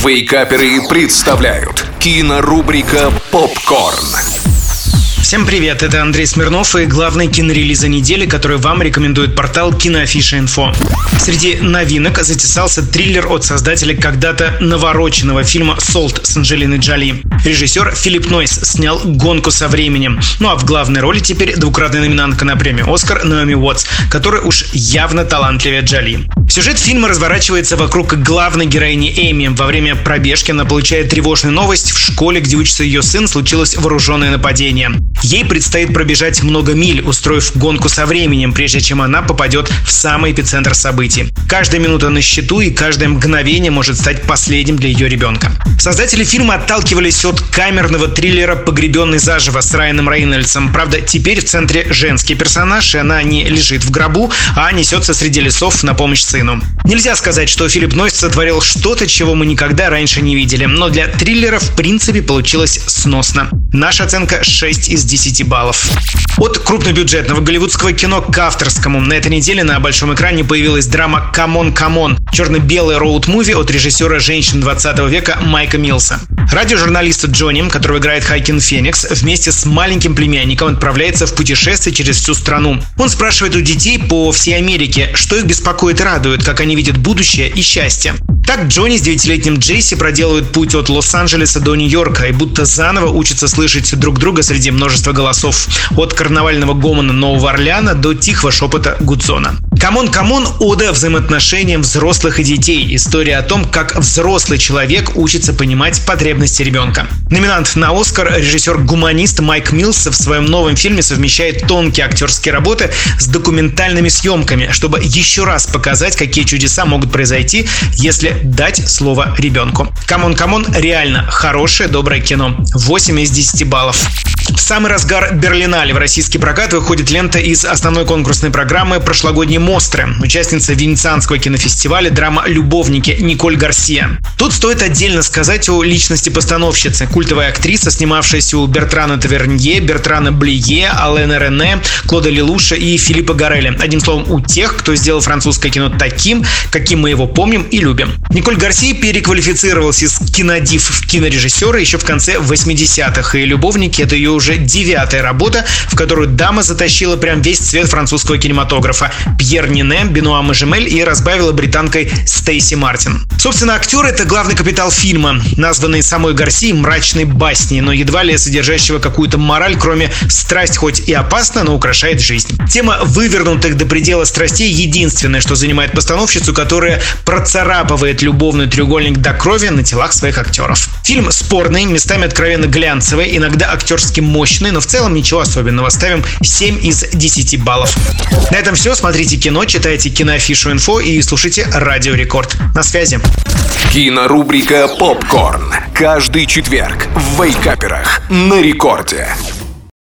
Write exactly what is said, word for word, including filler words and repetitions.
Вейкаперы представляют кинорубрика «Попкорн». Всем привет, это Андрей Смирнов и главный кинорелизы недели, который вам рекомендует портал Киноафиша.инфо. Среди новинок затесался триллер от создателя когда-то навороченного фильма «Солт» с Анджелиной Джоли. Режиссер Филипп Нойс снял «Гонку со временем». Ну а в главной роли теперь двукратная номинантка на премию «Оскар» Наоми Уотс, которая уж явно талантливее Джоли. Сюжет фильма разворачивается вокруг главной героини Эми. Во время пробежки она получает тревожную новость: в школе, где учится ее сын, случилось вооруженное нападение. Ей предстоит пробежать много миль, устроив гонку со временем, прежде чем она попадет в самый эпицентр событий. Каждая минута на счету, и каждое мгновение может стать последним для ее ребенка. Создатели фильма отталкивались от камерного триллера «Погребенный заживо» с Райаном Рейнольдсом. Правда, теперь в центре женский персонаж, и она не лежит в гробу, а несется среди лесов на помощь сыну. Нельзя сказать, что Филипп Нойс сотворил что-то, чего мы никогда раньше не видели, но для триллера в принципе получилось сносно. Наша оценка шесть из десяти баллов. От крупнобюджетного голливудского кино к авторскому. На этой неделе на большом экране появилась драма «Камон, камон» — черно-белый роуд-муви от режиссера женщин двадцатого века Майка Милса. Радиожурналист Джонни, которого играет Хоакин Феникс, вместе с маленьким племянником отправляется в путешествие через всю страну. Он спрашивает у детей по всей Америке, что их беспокоит и радует, как они видят будущее и счастье. Так Джонни с девятилетним Джесси проделывают путь от Лос-Анджелеса до Нью-Йорка и будто заново учатся слышать друг друга среди множества голосов. От карнавального гомона Нового Орлеана до тихого шепота Гудзона. «Камон, камон» — ода взаимоотношениям взрослых и детей. История о том, как взрослый человек учится понимать потребности ребенка. Номинант на «Оскар» режиссер-гуманист Майк Милс в своем новом фильме совмещает тонкие актерские работы с документальными съемками, чтобы еще раз показать, какие чудеса могут произойти, если дать слово ребенку. «Камон, камон» реально хорошее, доброе кино. восемь из десяти баллов. В самый разгар Берлинале в российский прокат выходит лента из основной конкурсной программы «Прошлогодние монстры». Участница Венецианского кинофестиваля драма «Любовники» Николь Гарсия. Тут стоит отдельно сказать о личности постановщицы. Культовая актриса, снимавшаяся у Бертрана Тавернье, Бертрана Блие, Алена Рене, Клода Лелуша и Филиппа Гарреля. Одним словом, у тех, кто сделал французское кино таким, каким мы его помним и любим. Николь Гарсия переквалифицировалась из кинодив в кинорежиссера еще в конце восьмидесятых, и «Любовники» — это ее уже девятая работа, в которую дама затащила прям весь цвет французского кинематографа: Пьер Нине, Бенуа Мажемель и разбавила британкой Стейси Мартин. Собственно, актер — это главный капитал фильма, названный самой Гарсией мрачной басней, но едва ли содержащего какую-то мораль, кроме «страсть хоть и опасна, но украшает жизнь». Тема вывернутых до предела страстей — единственное, что занимает постановщицу, которая процарапывает любовный треугольник до крови на телах своих актеров. Фильм спорный, местами откровенно глянцевый, иногда актерски мощный, но в целом ничего особенного. Ставим семь из десяти баллов. На этом все. Смотрите кино, читайте Киноафишу.инфо и слушайте Радио Рекорд. На связи. Кинорубрика «Попкорн». Каждый четверг в Вейкаперах на Рекорде.